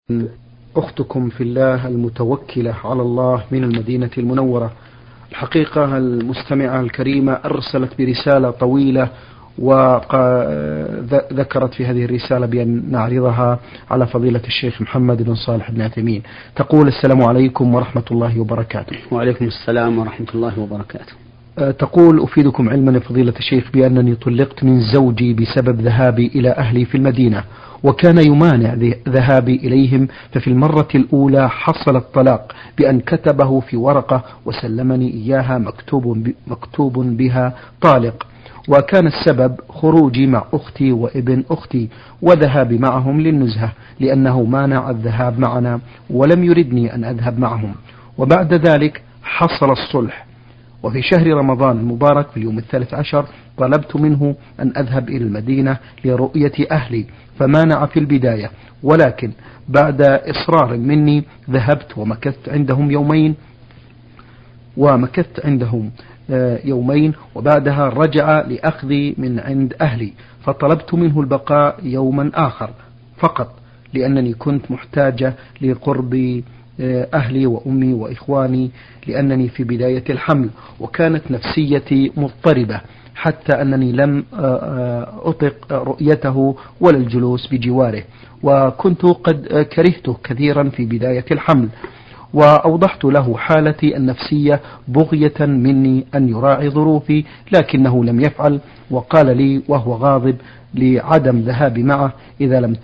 أختكم في الله المتوكلة على الله من المدينة المنورة. الحقيقة المستمعة الكريمة أرسلت برسالة طويلة وذكرت في هذه الرسالة بأن نعرضها على فضيلة الشيخ محمد بن صالح بن عثيمين. تقول: السلام عليكم ورحمة الله وبركاته. وعليكم السلام ورحمة الله وبركاته. تقول: أفيدكم علما يا فضيلة الشيخ بأنني طلقت من زوجي بسبب ذهابي إلى أهلي في المدينة، وكان يمانع ذهابي إليهم، ففي المرة الأولى حصل الطلاق بأن كتبه في ورقة وسلمني إياها مكتوب بها طالق، وكان السبب خروجي مع أختي وابن أختي وذهابي معهم للنزهة، لأنه مانع الذهاب معنا ولم يردني أن أذهب معهم. وبعد ذلك حصل الصلح، وفي شهر رمضان المبارك في اليوم 13 طلبت منه أن أذهب إلى المدينة لرؤية أهلي، فمانع في البداية، ولكن بعد إصرار مني ذهبت ومكثت عندهم يومين، وبعدها رجع لأخذي من عند أهلي، فطلبت منه البقاء يوما آخر فقط، لأنني كنت محتاجة لقرب أهلي وأمي وإخواني، لأنني في بداية الحمل وكانت نفسيتي مضطربة، حتى أنني لم أطق رؤيته ولا الجلوس بجواره، وكنت قد كرهته كثيرا في بداية الحمل. وأوضحت له حالتي النفسية بغية مني أن يراعي ظروفي، لكنه لم يفعل، وقال لي وهو غاضب لعدم ذهابي معه: إذا لم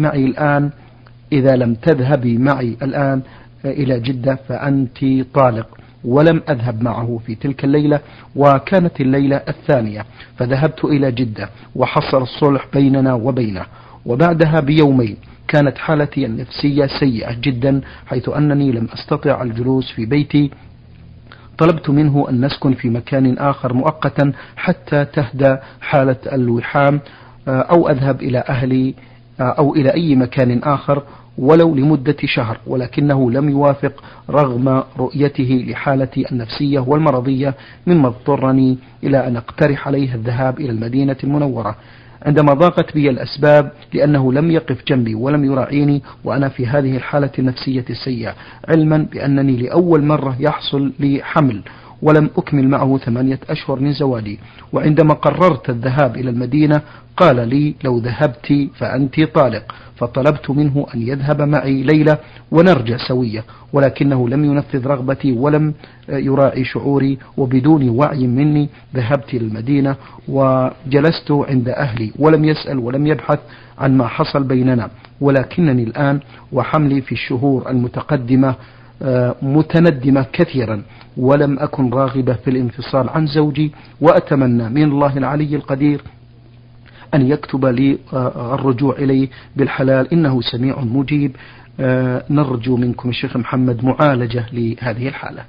تذهبي معي الآن إلى جدة فأنت طالق. ولم أذهب معه في تلك الليلة، وكانت الليلة الثانية، فذهبت إلى جدة وحصل الصلح بيننا وبينه. وبعدها بيومين كانت حالتي النفسية سيئة جدا، حيث أنني لم أستطع الجلوس في بيتي. طلبت منه أن نسكن في مكان آخر مؤقتا حتى تهدى حالة الوحام، أو أذهب إلى أهلي أو إلى أي مكان آخر ولو لمدة شهر، ولكنه لم يوافق رغم رؤيته لحالتي النفسية والمرضية، مما اضطرني إلى أن أقترح عليه الذهاب إلى المدينة المنورة عندما ضاقت بي الأسباب، لأنه لم يقف جنبي ولم يراعيني وأنا في هذه الحالة النفسية السيئة، علما بأنني لأول مرة يحصل لي حمل ولم أكمل معه 8 أشهر من زواجي. وعندما قررت الذهاب إلى المدينة قال لي: لو ذهبت فأنت طالق. فطلبت منه أن يذهب معي ليلة ونرجع سوية، ولكنه لم ينفذ رغبتي ولم يراعي شعوري، وبدون وعي مني ذهبت إلى المدينة وجلست عند أهلي، ولم يسأل ولم يبحث عن ما حصل بيننا. ولكنني الآن وحملي في الشهور المتقدمة متندمة كثيرا، ولم أكن راغبة في الانفصال عن زوجي، وأتمنى من الله العلي القدير أن يكتب لي الرجوع إليه بالحلال، إنه سميع مجيب. نرجو منكم الشيخ محمد معالجة لهذه الحالة.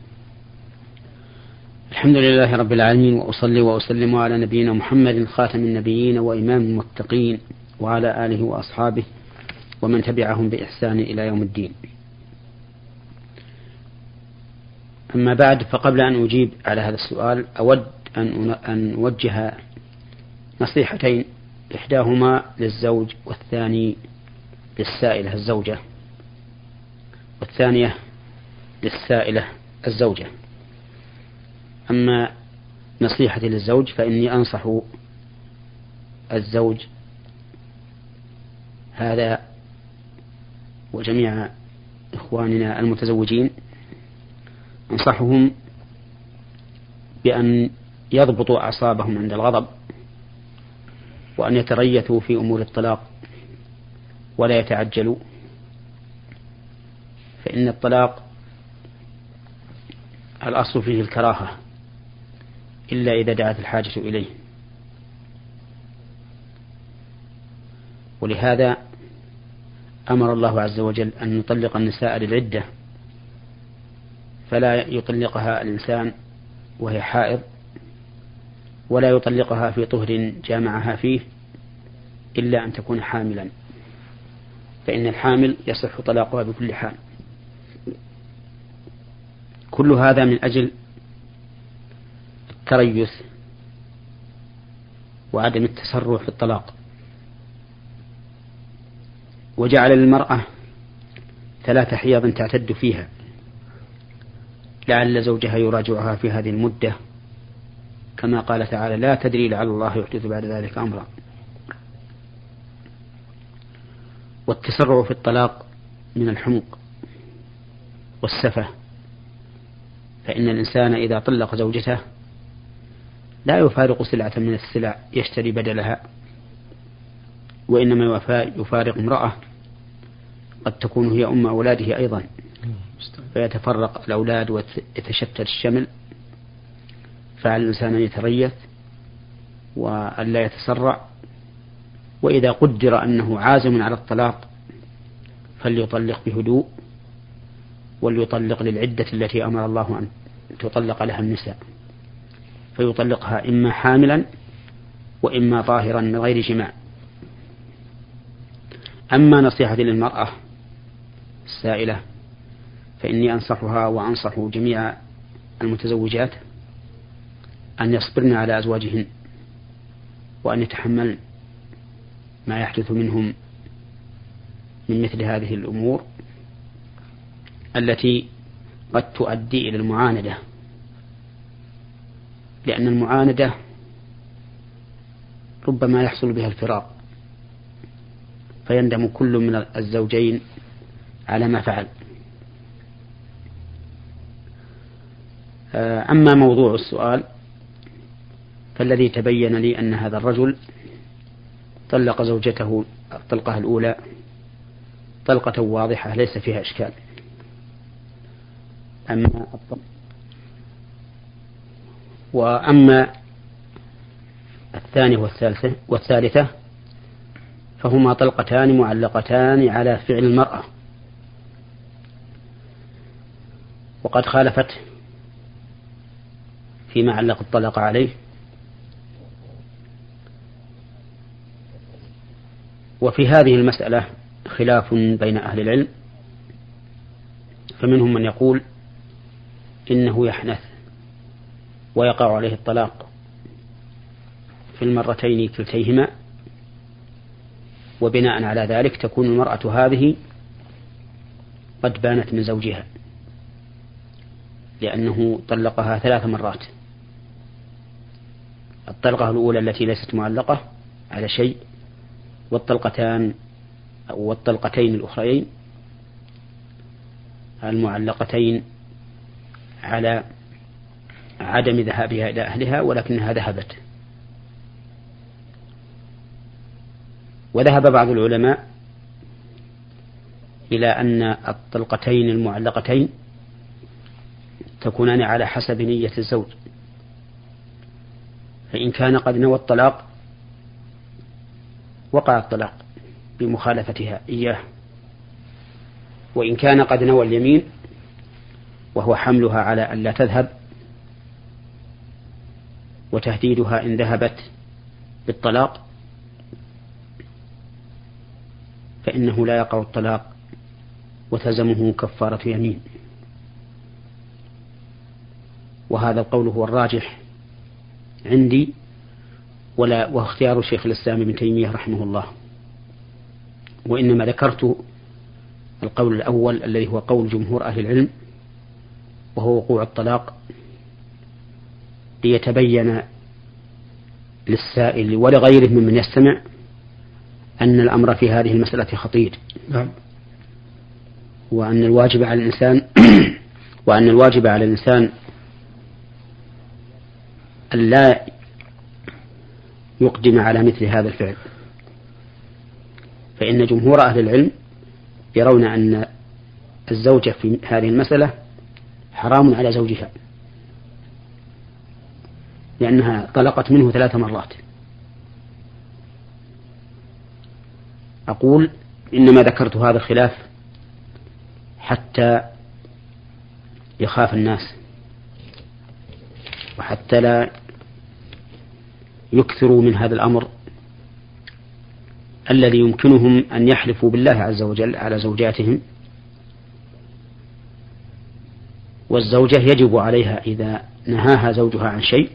الحمد لله رب العالمين، وأصلي وأسلم على نبينا محمد خاتم النبيين وإمام المتقين، وعلى آله وأصحابه ومن تبعهم بإحسان إلى يوم الدين. أما بعد، فقبل أن أجيب على هذا السؤال أود أن أوجه نصيحتين، إحداهما للزوج والثاني للسائلة الزوجة، والثانية للسائلة الزوجة. أما نصيحتي للزوج فإني أنصح الزوج هذا وجميع إخواننا المتزوجين، أنصحهم بأن يضبطوا أعصابهم عند الغضب، وأن يتريثوا في أمور الطلاق ولا يتعجلوا، فإن الطلاق الأصل فيه الكراهة إلا إذا دعت الحاجة إليه. ولهذا أمر الله عز وجل أن يطلق النساء للعدة، فلا يطلقها الإنسان وهي حائض، ولا يطلقها في طهر جامعها فيه، إلا أن تكون حاملا، فإن الحامل يصح طلاقها بكل حال. كل هذا من أجل التريث وعدم التسرع في الطلاق. وجعل للمرأة 3 حيض تعتد فيها لعل زوجها يراجعها في هذه المدة، كما قال تعالى: لا تدري لعل الله يحدث بعد ذلك أمرا. والتسرع في الطلاق من الحمق والسفة، فإن الإنسان إذا طلق زوجته لا يفارق سلعة من السلع يشتري بدلها، وإنما يفارق امرأة قد تكون هي أم أولاده أيضا، فيتفرق الأولاد ويتشتت الشمل. فعلى الإنسان أن يتريث وأن لا يتسرع، وإذا قدر أنه عازم على الطلاق فليطلق بهدوء، وليطلق للعدة التي أمر الله أن تطلق لها النساء، فيطلقها إما حاملا وإما طاهرا من غير جماع. أما نصيحتي للمرأة السائلة فإني أنصحها وأنصح جميع المتزوجات أن يصبرن على أزواجهن، وأن يتحملن ما يحدث منهم من مثل هذه الأمور التي قد تؤدي إلى المعاندة، لأن المعاندة ربما يحصل بها الفراق، فيندم كل من الزوجين على ما فعل. أما موضوع السؤال فالذي تبين لي أن هذا الرجل طلق زوجته الطلقة الأولى طلقة واضحة ليس فيها إشكال. وأما الثانية والثالثة فهما طلقتان معلقتان على فعل المرأة، وقد خالفت فيما علق الطلاق عليه. وفي هذه المسألة خلاف بين أهل العلم، فمنهم من يقول إنه يحنث ويقع عليه الطلاق في المرتين كلتيهما، وبناء على ذلك تكون المرأة هذه قد بانت من زوجها، لأنه طلقها 3 مرات. الطلقة الأولى التي ليست معلقة على شيء، والطلقتين الأخرين المعلقتين على عدم ذهابها إلى أهلها ولكنها ذهبت. وذهب بعض العلماء إلى أن الطلقتين المعلقتين تكونان على حسب نية الزوج، فإن كان قد نوى الطلاق وقع الطلاق بمخالفتها إياه، وإن كان قد نوى اليمين وهو حملها على أن لا تذهب وتهديدها إن ذهبت بالطلاق، فإنه لا يقع الطلاق وتلزمه كفارة يمين. وهذا القول هو الراجح عندي واختيار شيخ الإسلام ابن تيمية رحمه الله. وإنما ذكرت القول الأول الذي هو قول جمهور أهل العلم، وهو وقوع الطلاق، ليتبين للسائل ولغيره ممن يستمع أن الأمر في هذه المسألة خطير. نعم. وأن الواجب على الإنسان أن لا يقدم على مثل هذا الفعل، فإن جمهور أهل العلم يرون أن الزوجة في هذه المسألة حرام على زوجها، لأنها طلقت منه 3 مرات. أقول إنما ذكرت هذا الخلاف حتى يخاف الناس، وحتى لا يكثروا من هذا الأمر الذي يمكنهم أن يحلفوا بالله عز وجل على زوجاتهم. والزوجة يجب عليها إذا نهاها زوجها عن شيء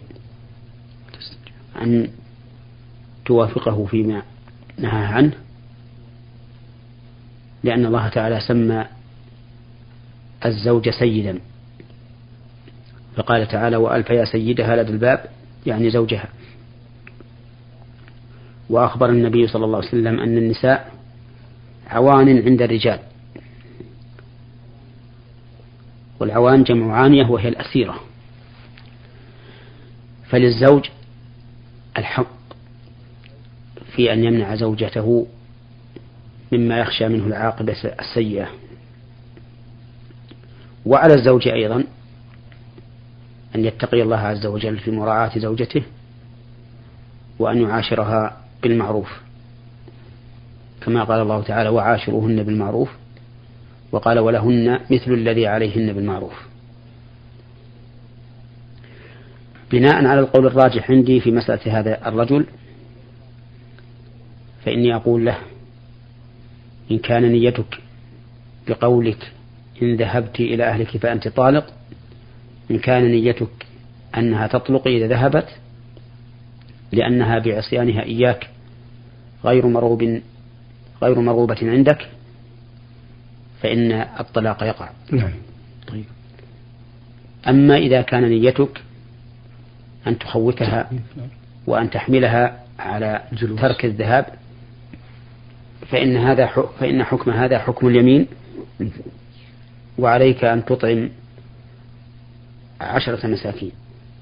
أن توافقه فيما نهاها عنه، لأن الله تعالى سمى الزوج سيدا، فقال تعالى: وألف يا سيدها لدى الباب، يعني زوجها. وأخبر النبي صلى الله عليه وسلم أن النساء عوان عند الرجال، والعوان جمع عانية وهي الأسيرة. فللزوج الحق في أن يمنع زوجته مما يخشى منه العاقبة السيئة، وعلى الزوج أيضا أن يتقي الله عز وجل في مراعاة زوجته وأن يعاشرها بالمعروف، كما قال الله تعالى: وعاشروهن بالمعروف، وقال: ولهن مثل الذي عليهن بالمعروف. بناء على القول الراجح عندي في مسألة هذا الرجل، فإني أقول له: إن كان نيتك بقولك إن ذهبت إلى أهلك فأنت طالق، إن كان نيتك أنها تطلق إذا ذهبت لأنها بعصيانها إياك غير مرغوبة عندك، فإن الطلاق يقع. طيب. أما إذا كان نيتك أن تخوفها وأن تحملها على ترك الذهاب، فإن حكم هذا حكم اليمين، وعليك أن تطعم 10 مساكين.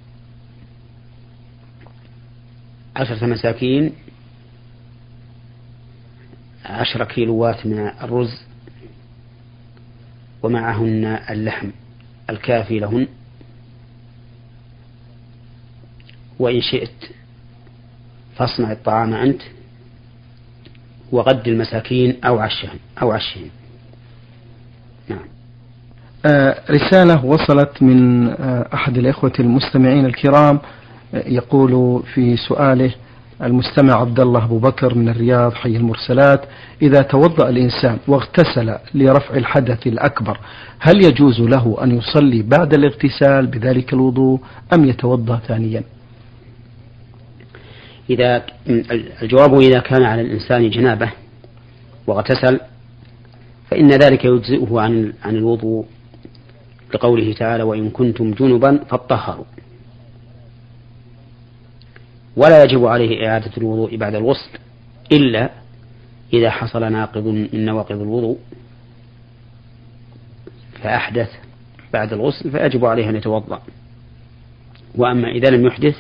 10 مساكين 10 كيلوات من الرز، ومعهن اللحم الكافي لهن، وإن شئت فاصنع الطعام أنت وغد المساكين أو عشهم. نعم. رسالة وصلت من أحد الإخوة المستمعين الكرام، يقول في سؤاله المستمع عبد الله أبو بكر من الرياض حي المرسلات: إذا توضأ الإنسان واغتسل لرفع الحدث الأكبر، هل يجوز له أن يصلي بعد الاغتسال بذلك الوضوء أم يتوضأ ثانيا؟ الجواب: إذا كان على الإنسان جنابة واغتسل فإن ذلك يجزئه عن الوضوء، لقوله تعالى: وإن كنتم جنبا فاطهروا. ولا يجب عليه إعادة الوضوء بعد الغسل إلا إذا حصل ناقض من نواقض الوضوء فأحدث بعد الغسل، فيجب عليه أن يتوضأ. وأما إذا لم يحدث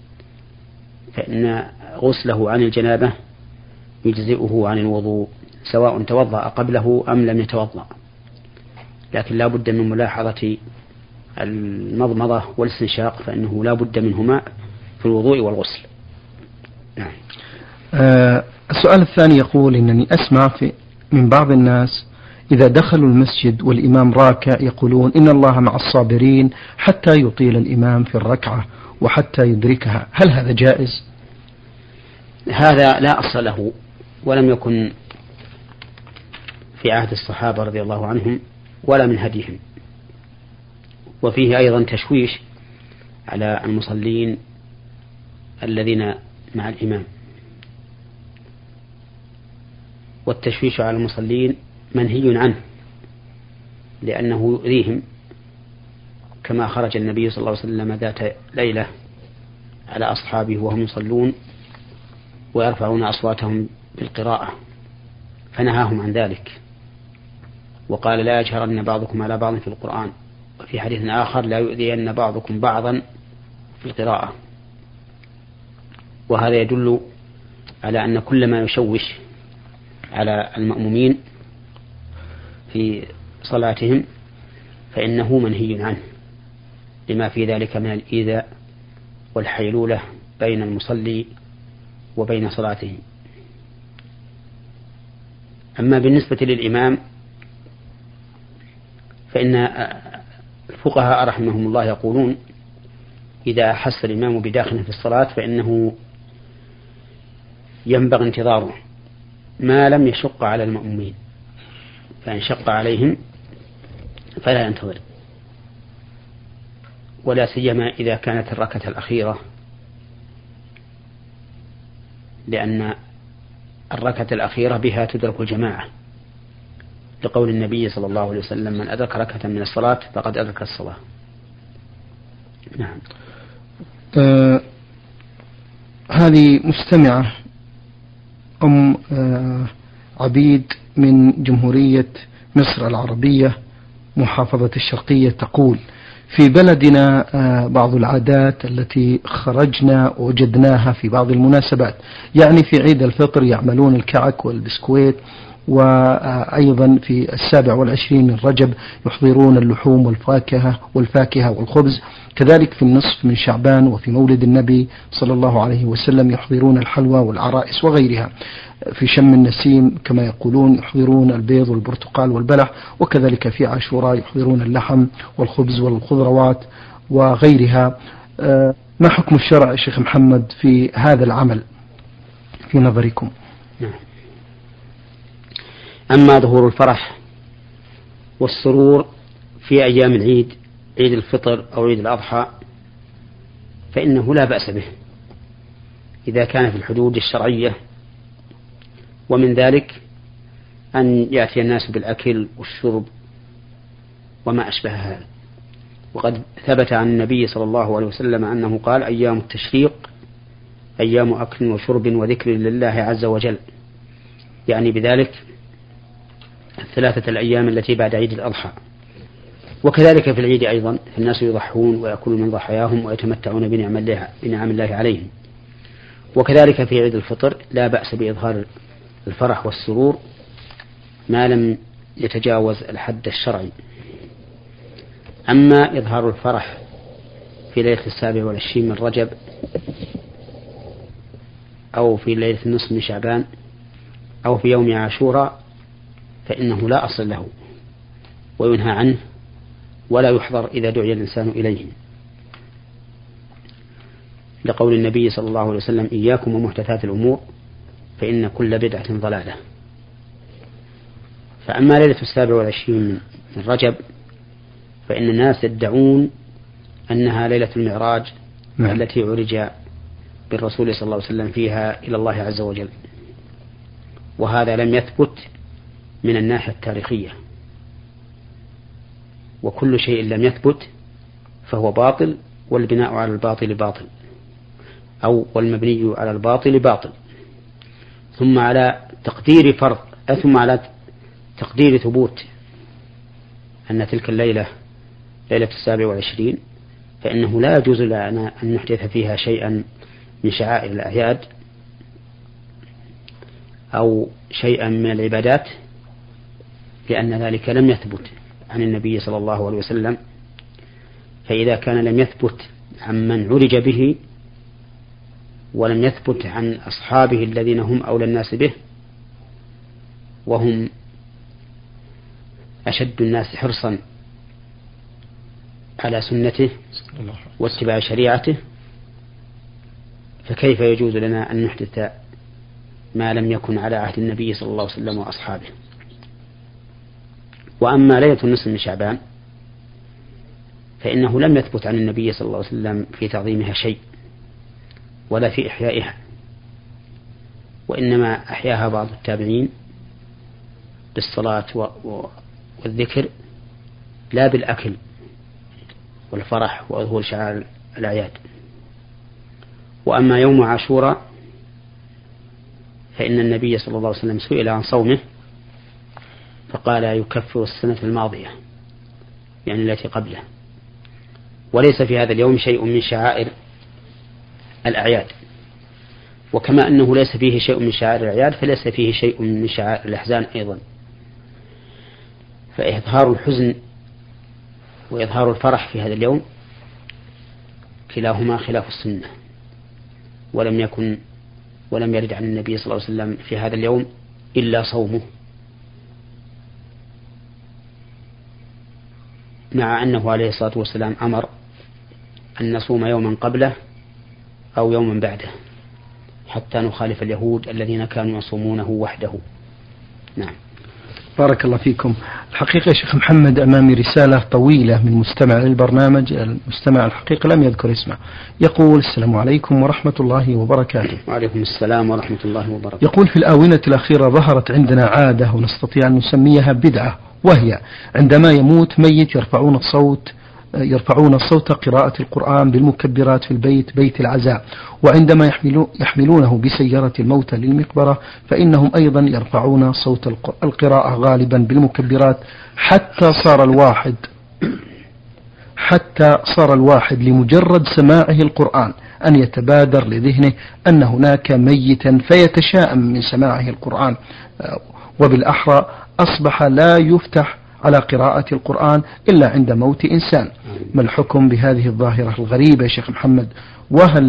فإن غسله عن الجنابة يجزئه عن الوضوء، سواء توضأ قبله أم لم يتوضأ، لكن لا بد من ملاحظة المضمضة والاستنشاق، فإنه لا بد منهما في الوضوء والغسل. نعم. السؤال الثاني يقول: إنني أسمع من بعض الناس إذا دخلوا المسجد والإمام راكع يقولون إن الله مع الصابرين حتى يطيل الإمام في الركعة وحتى يدركها، هل هذا جائز؟ هذا لا أصل له، ولم يكن في عهد الصحابة رضي الله عنهم ولا من هديهم، وفيه أيضا تشويش على المصلين الذين مع الإمام. والتشويش على المصلين منهي عنه لأنه يؤذيهم، كما خرج النبي صلى الله عليه وسلم ذات ليلة على أصحابه وهم يصلون ويرفعون أصواتهم بالقراءة فنهاهم عن ذلك، وقال: لا يجهرن بعضكم على بعض في القرآن، وفي حديث آخر: لا يؤذين بعضكم بعضا في القراءة. وهذا يدل على أن كل ما يشوش على المأمومين في صلاتهم فإنه منهي عنه، لما في ذلك من الإيذاء والحيلولة بين المصلي وبين صلاته. أما بالنسبة للإمام فإن الفقهاء رحمهم الله يقولون: إذا أحس الإمام بداخل في الصلاة فإنه ينبغي انتظاره ما لم يشق على المأمومين، فإن شق عليهم فلا ينتظر، ولا سيما إذا كانت الركعة الأخيرة، لأن الركعة الأخيرة بها تدرك الجماعة، لقول النبي صلى الله عليه وسلم: من أدرك ركعة من الصلاة فقد أدرك الصلاة. نعم. هذه مستمعة أم عبيد من جمهورية مصر العربية محافظة الشرقية تقول: في بلدنا بعض العادات التي خرجنا وجدناها في بعض المناسبات، يعني في عيد الفطر يعملون الكعك والبسكويت، وأيضا في 27 من رجب يحضرون اللحوم والفاكهة والخبز، كذلك في النصف من شعبان وفي مولد النبي صلى الله عليه وسلم يحضرون الحلوى والعرائس وغيرها، في شم النسيم كما يقولون يحضرون البيض والبرتقال والبلح، وكذلك في عاشوراء يحضرون اللحم والخبز والخضروات وغيرها. ما حكم الشرع يا شيخ محمد في هذا العمل في نظركم؟ أما ظهور الفرح والسرور في أيام العيد، عيد الفطر أو عيد الأضحى، فإنه لا بأس به إذا كان في الحدود الشرعية، ومن ذلك أن يأتي الناس بالأكل والشرب وما أشبه هذا. وقد ثبت عن النبي صلى الله عليه وسلم أنه قال: أيام التشريق أيام أكل وشرب وذكر لله عز وجل، يعني بذلك 3 الأيام التي بعد عيد الأضحى. وكذلك في العيد أيضا الناس يضحون ويأكلون من ضحاياهم ويتمتعون بنعم الله عليهم. وكذلك في عيد الفطر لا بأس بإظهار الفرح والسرور ما لم يتجاوز الحد الشرعي. أما إظهار الفرح في ليلة 27 من رجب أو في ليلة النصف من شعبان أو في يوم عاشوراء فإنه لا أصل له، وينهى عنه ولا يحضر إذا دعي الإنسان إليه، لقول النبي صلى الله عليه وسلم: إياكم ومحدثات الأمور فإن كل بدعة ضلالة. فأما ليلة 27 من رجب فإن الناس يدعون أنها ليلة المعراج التي عرج بالرسول صلى الله عليه وسلم فيها إلى الله عز وجل، وهذا لم يثبت من الناحية التاريخية، وكل شيء لم يثبت فهو باطل، والبناء على الباطل باطل، أو والمبني على الباطل باطل. ثم على تقدير ثبوت أن تلك الليلة ليلة 27 فإنه لا يجوز لنا أن نحدث فيها شيئا من شعائر الأعياد أو شيئا من العبادات، لأن ذلك لم يثبت عن النبي صلى الله عليه وسلم. فإذا كان لم يثبت عن من عرج به ولم يثبت عن أصحابه الذين هم أولى الناس به وهم أشد الناس حرصا على سنته واتباع شريعته، فكيف يجوز لنا أن نحدث ما لم يكن على عهد النبي صلى الله عليه وسلم وأصحابه؟ وأما ليلة النصف من شعبان فإنه لم يثبت عن النبي صلى الله عليه وسلم في تعظيمها شيء ولا في إحيائها، وإنما أحياها بعض التابعين بالصلاة والذكر لا بالأكل والفرح وظهور شعائر الأعياد. وأما يوم عاشوراء فإن النبي صلى الله عليه وسلم سئل عن صومه فقال: يكفر السنة الماضية، يعني التي قبله، وليس في هذا اليوم شيء من شعائر الأعياد. وكما أنه ليس فيه شيء من شعائر الأعياد فليس فيه شيء من شعائر الأحزان أيضا. فإظهار الحزن وإظهار الفرح في هذا اليوم كلاهما خلاف السنة، ولم يرد عن النبي صلى الله عليه وسلم في هذا اليوم إلا صومه، مع أنه عليه الصلاة والسلام أمر أن نصوم يوما قبله أو يوما بعده حتى نخالف اليهود الذين كانوا يصومونه وحده. نعم. بارك الله فيكم. الحقيقة يا شيخ محمد أمامي رسالة طويلة من مستمع للبرنامج. المستمع الحقيقة لم يذكر اسمه. يقول: السلام عليكم ورحمة الله وبركاته. وعليكم السلام ورحمة الله وبركاته. يقول: في الآونة الأخيرة ظهرت عندنا عادة ونستطيع أن نسميها بدعة، وهي عندما يموت ميت يرفعون صوت قراءة القرآن بالمكبرات في البيت، بيت العزاء، وعندما يحملونه بسيارة الموتى للمقبرة فإنهم أيضا يرفعون صوت القراءة غالبا بالمكبرات، حتى صار الواحد لمجرد سماعه القرآن أن يتبادر لذهنه أن هناك ميتا فيتشائم من سماعه القرآن، وبالأحرى أصبح لا يفتح على قراءة القرآن إلا عند موت إنسان. ما الحكم بهذه الظاهرة الغريبة يا شيخ محمد؟ وهل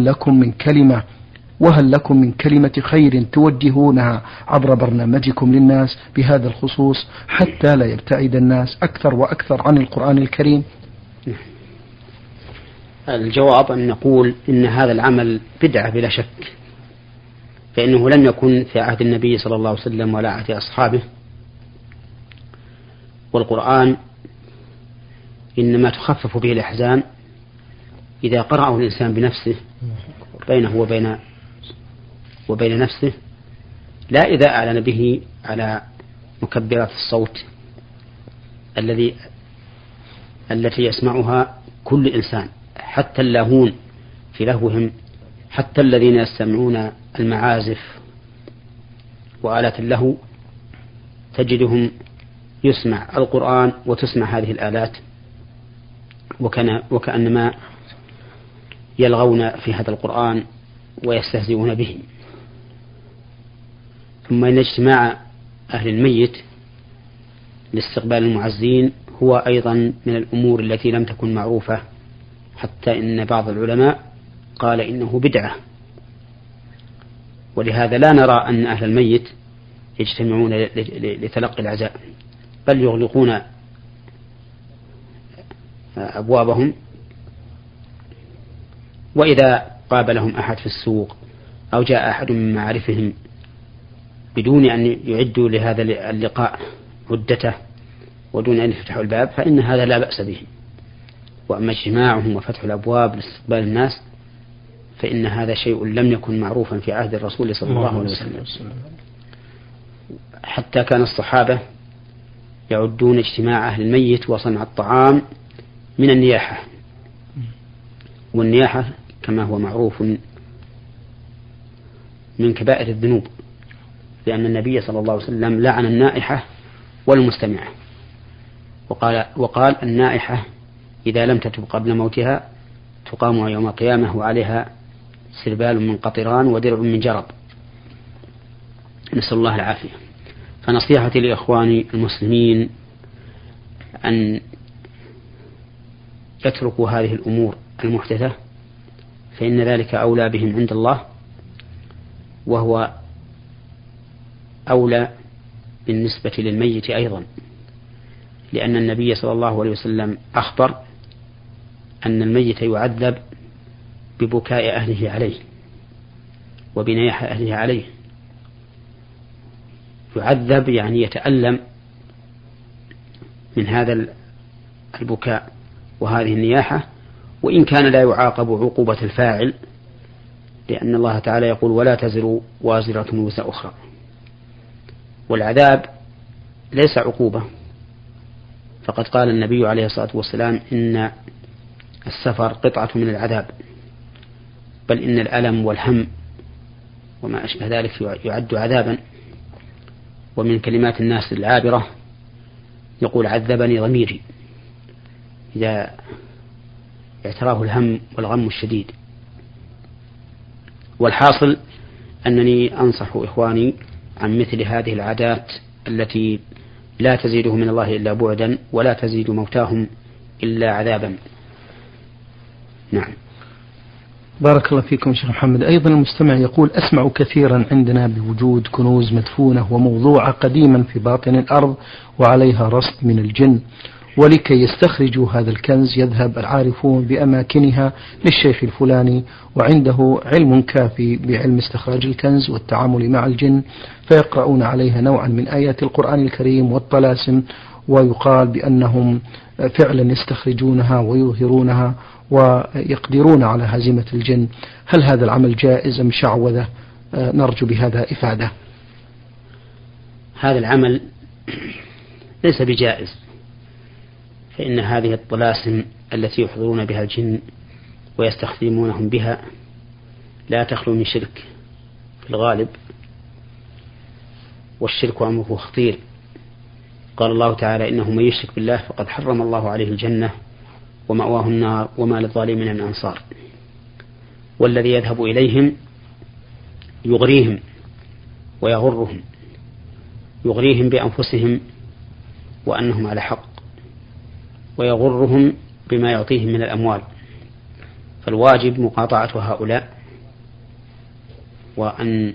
لكم من كلمة خير توجهونها عبر برنامجكم للناس بهذا الخصوص حتى لا يبتعد الناس أكثر وأكثر عن القرآن الكريم؟ الجواب أن نقول إن هذا العمل بدعة بلا شك، فإنه لم يكن في عهد النبي صلى الله عليه وسلم ولا عهد أصحابه، والقرآن إنما تخفف به الأحزان إذا قرأه الإنسان بنفسه بينه وبين نفسه، لا إذا أعلن به على مكبرات الصوت التي يسمعها كل إنسان، حتى اللاهون في لهوهم، حتى الذين يستمعون المعازف وآلات اللهو تجدهم يسمع القرآن وتسمع هذه الآلات وكأنما يلغون في هذا القرآن ويستهزئون به. ثم إن اجتماع أهل الميت لاستقبال المعزين هو أيضا من الأمور التي لم تكن معروفة، حتى إن بعض العلماء قال إنه بدعة، ولهذا لا نرى أن أهل الميت يجتمعون لتلقي العزاء، بل يغلقون أبوابهم، وإذا قابلهم أحد في السوق أو جاء أحد من معارفهم بدون أن يعدوا لهذا اللقاء عدته ودون أن يفتحوا الباب فإن هذا لا بأس به. وأما اجتماعهم وفتح الأبواب لاستقبال الناس فإن هذا شيء لم يكن معروفا في عهد الرسول صلى الله عليه وسلم، حتى كان الصحابة يعدون اجتماع أهل الميت وصنع الطعام من النياحة، والنياحة كما هو معروف من كبائر الذنوب، لأن النبي صلى الله عليه وسلم لعن النائحة والمستمعة، وقال النائحة إذا لم تتب قبل موتها تقام يوم القيامة وعليها سربال من قطران ودرع من جرب، نسأل الله العافية. فنصيحتي لإخواني المسلمين أن يتركوا هذه الأمور المحدثة، فإن ذلك أولى بهم عند الله، وهو أولى بالنسبة للميت أيضا، لأن النبي صلى الله عليه وسلم أخبر أن الميت يعذب ببكاء أهله عليه وبنياح أهله عليه، يعذب يعني يتألم من هذا البكاء وهذه النياحة، وإن كان لا يعاقب عقوبة الفاعل، لأن الله تعالى يقول ولا تزر وازرة وزر أخرى. والعذاب ليس عقوبة، فقد قال النبي عليه الصلاة والسلام إن السفر قطعة من العذاب، بل إن الألم والهم وما أشبه ذلك يعد عذابا. ومن كلمات الناس العابرة يقول عذبني ضميري إذا اعتراه الهم والغم الشديد. والحاصل أنني أنصح إخواني عن مثل هذه العادات التي لا تزيده من الله إلا بعدا ولا تزيد موتاهم إلا عذابا. نعم. بارك الله فيكم شيخ محمد. أيضا المستمع يقول أسمع كثيرا عندنا بوجود كنوز مدفونة وموضوعة قديما في باطن الأرض وعليها رصد من الجن، ولكي يستخرجوا هذا الكنز يذهب العارفون بأماكنها للشيخ الفلاني وعنده علم كافي بعلم استخراج الكنز والتعامل مع الجن، فيقرؤون عليها نوعا من آيات القرآن الكريم والطلاسم، ويقال بأنهم فعلا يستخرجونها ويظهرونها ويقدرون على هزيمة الجن. هل هذا العمل جائز أم شعوذة؟ نرجو بهذا إفادة. هذا العمل ليس بجائز، فإن هذه الطلاسم التي يحضرون بها الجن ويستخدمونهم بها لا تخلو من شرك في الغالب، والشرك أمره خطير. قال الله تعالى: إنه من يشرك بالله فقد حرم الله عليه الجنة ومأواه النار وما للظالمين من أنصار. والذي يذهب إليهم يغريهم ويغرهم، يغريهم بأنفسهم وأنهم على حق، ويغرهم بما يعطيهم من الأموال. فالواجب مقاطعة هؤلاء، وأن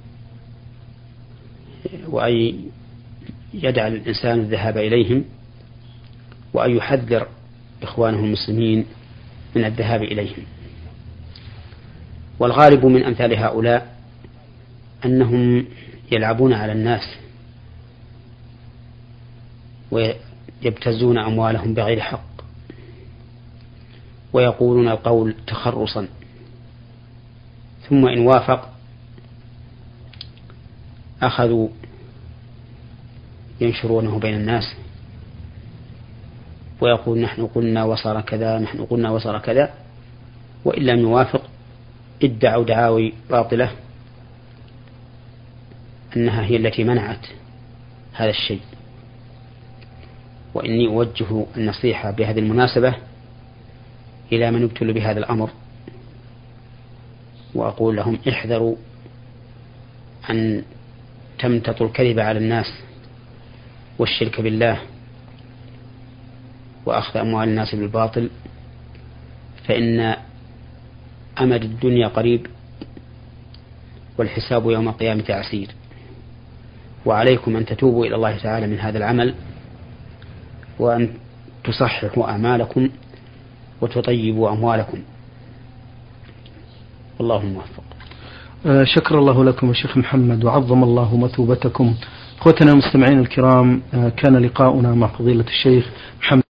يدع الإنسان الذهاب إليهم، وأن يحذر إخوانه المسلمين من الذهاب إليهم. والغالب من أمثال هؤلاء أنهم يلعبون على الناس ويبتزون أموالهم بغير حق، ويقولون القول تخرصا، ثم إن وافق أخذوا ينشرونه بين الناس ويقول: نحن قلنا وصار كذا، نحن قلنا وصار كذا. وإن لم يوافق ادعوا دعاوي باطلة أنها هي التي منعت هذا الشيء. وإني أوجه النصيحة بهذه المناسبة إلى من يبتل بهذا الأمر، وأقول لهم: احذروا أن تمتطوا الكذب على الناس والشرك بالله وأخذ أموال الناس بالباطل، فإن أمد الدنيا قريب والحساب يوم القيامة عسير. وعليكم أن تتوبوا إلى الله تعالى من هذا العمل، وأن تصححوا أعمالكم وتطيبوا أموالكم. والله موفق. شكر الله لكم الشيخ محمد وعظم الله مثوبتكم. أخوتنا المستمعين الكرام، كان لقاؤنا مع فضيلة الشيخ محمد